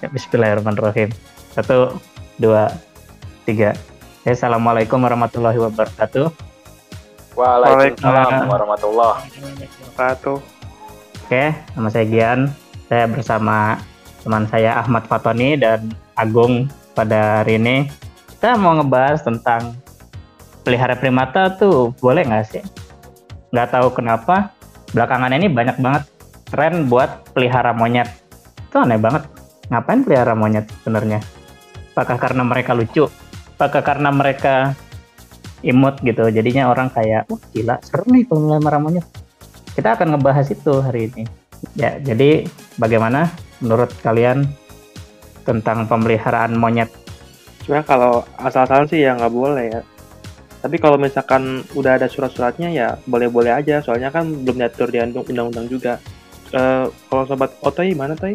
Bismillahirrahmanirrahim. Satu, dua, tiga. Assalamualaikum warahmatullahi wabarakatuh. Waalaikumsalam warahmatullahi Wabarakatuh. Oke, nama saya Gian. Saya bersama teman saya Ahmad Fatoni dan Agung pada hari ini. Kita mau ngebahas tentang pelihara primata tuh boleh nggak sih? Nggak tahu kenapa belakangan ini banyak banget tren buat pelihara monyet. Itu aneh banget. Ngapain pelihara monyet sebenarnya? Apakah karena mereka lucu? Apakah karena mereka imut gitu? Jadinya orang kayak, wah gila, seru nih kalau melihara monyet. Kita akan ngebahas itu hari ini. Ya, jadi bagaimana menurut kalian tentang pemeliharaan monyet? Sebenarnya kalau asal-asalan sih ya nggak boleh ya. Tapi kalau misalkan udah ada surat-suratnya ya boleh-boleh aja. Soalnya kan belum diatur di undang-undang juga. Kalau sobat Otoy gimana Toy?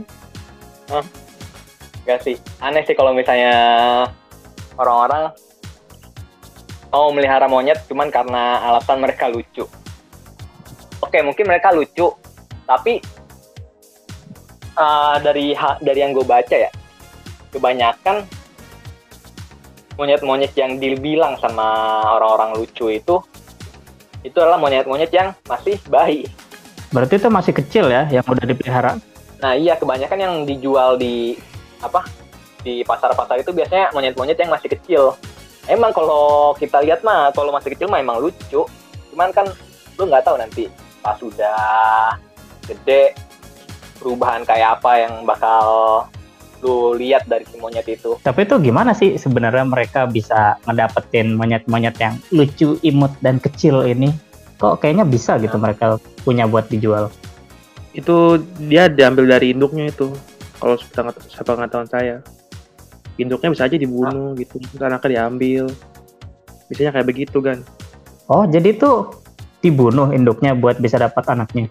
Gak sih, aneh sih kalau misalnya orang-orang mau melihara monyet cuman karena alasan mereka lucu. Oke, mungkin mereka lucu, tapi dari yang gue baca ya, kebanyakan monyet-monyet yang dibilang sama orang-orang lucu itu adalah monyet-monyet yang masih bayi. Berarti itu masih kecil ya yang udah dipelihara? Nah iya, kebanyakan yang dijual di pasar-pasar itu biasanya monyet-monyet yang masih kecil. Emang kalau kita lihat mah kalau masih kecil mah emang lucu. Cuman kan lu nggak tahu nanti pas sudah gede perubahan kayak apa yang bakal lu lihat dari si monyet itu. Tapi itu gimana sih sebenarnya mereka bisa ngedapetin monyet-monyet yang lucu, imut, dan kecil ini? Kok kayaknya bisa gitu mereka punya buat dijual? Itu dia diambil dari induknya itu. Kalau sepengetahuan saya, induknya bisa aja dibunuh gitu, karena diambil. Biasanya kayak begitu kan? Oh, jadi itu dibunuh induknya buat bisa dapat anaknya?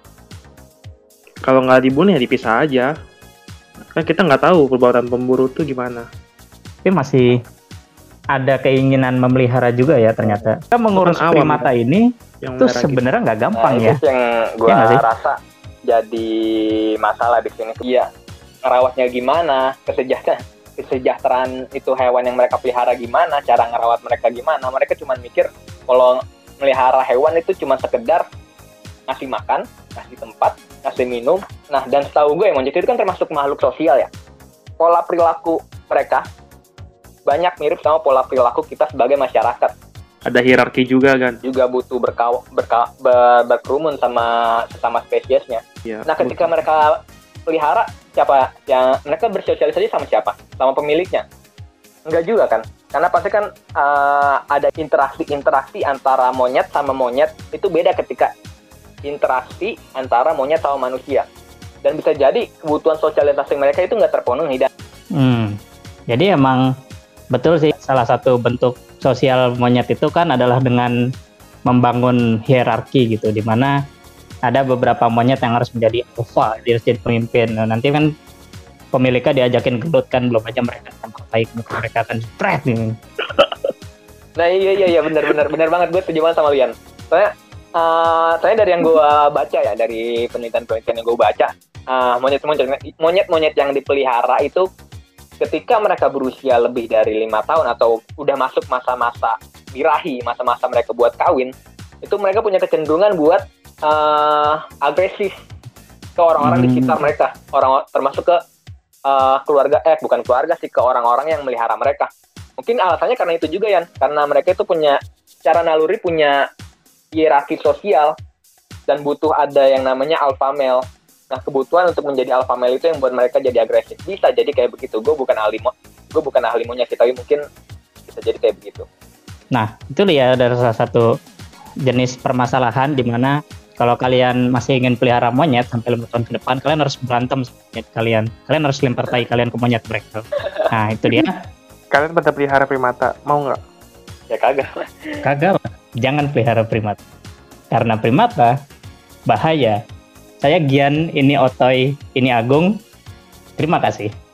Kalau nggak dibunuh ya dipisah aja. Kan kita nggak tahu perbuatan pemburu tuh gimana. Tapi masih ada keinginan memelihara juga ya ternyata. Kita mengurus primata ini itu sebenarnya nggak gampang ya. Itu yang gue rasa jadi masalah di sini. Iya, ngerawatnya gimana, kesejahteraan itu hewan yang mereka pelihara gimana, cara ngerawat mereka gimana. Mereka cuma mikir kalau melihara hewan itu cuma sekedar ngasih makan, ngasih tempat, ngasih minum. Nah, dan setahu gue monyet itu kan termasuk makhluk sosial ya. Pola perilaku mereka banyak mirip sama pola perilaku kita sebagai masyarakat. Ada hierarki juga kan. Juga butuh berkerumun sama sesama spesiesnya. Ya, nah, ketika mereka pelihara, siapa yang mereka bersosialisasi sama siapa? Sama pemiliknya? Enggak juga kan? Karena pasti kan ada interaksi antara monyet sama monyet itu beda ketika interaksi antara monyet sama manusia. Dan bisa jadi kebutuhan sosialisasi mereka itu nggak terpenuhi. Jadi emang betul sih, salah satu bentuk sosial monyet itu kan adalah dengan membangun hierarki gitu, di mana ada beberapa monyet yang harus menjadi alpha, dia harus jadi pemimpin. Nah, nanti kan pemiliknya diajakin gelut kan, belum aja mereka tampak baik, mereka akan spread nih. Nah iya benar banget, gue setuju banget sama Lian. Soalnya dari yang gue baca ya, dari penelitian yang gue baca, monyet-monyet yang dipelihara itu ketika mereka berusia lebih dari 5 tahun atau udah masuk masa-masa birahi, masa-masa mereka buat kawin, itu mereka punya kecenderungan buat agresif ke orang-orang di sekitar mereka, termasuk ke bukan keluarga sih, ke orang-orang yang melihara mereka. Mungkin alasannya karena itu juga ya, karena mereka itu punya secara naluri punya hierarki sosial dan butuh ada yang namanya alpha male. Nah, kebutuhan untuk menjadi alpha male itu yang buat mereka jadi agresif. Bisa jadi kayak begitu. Gue bukan ahli monyet, tapi mungkin bisa jadi kayak begitu. Nah, itu ya dari salah satu jenis permasalahan di mana kalau kalian masih ingin pelihara monyet sampai 5 tahun ke depan, kalian harus berantem sama monyet kalian. Kalian harus lempar tai kalian ke monyet mereka. Nah, itu dia. Kalian pada pelihara primata, mau nggak? Ya kagak. Kagak lah. Jangan pelihara primata. Karena primata bahaya. Saya Gian, ini Otoy, ini Agung. Terima kasih.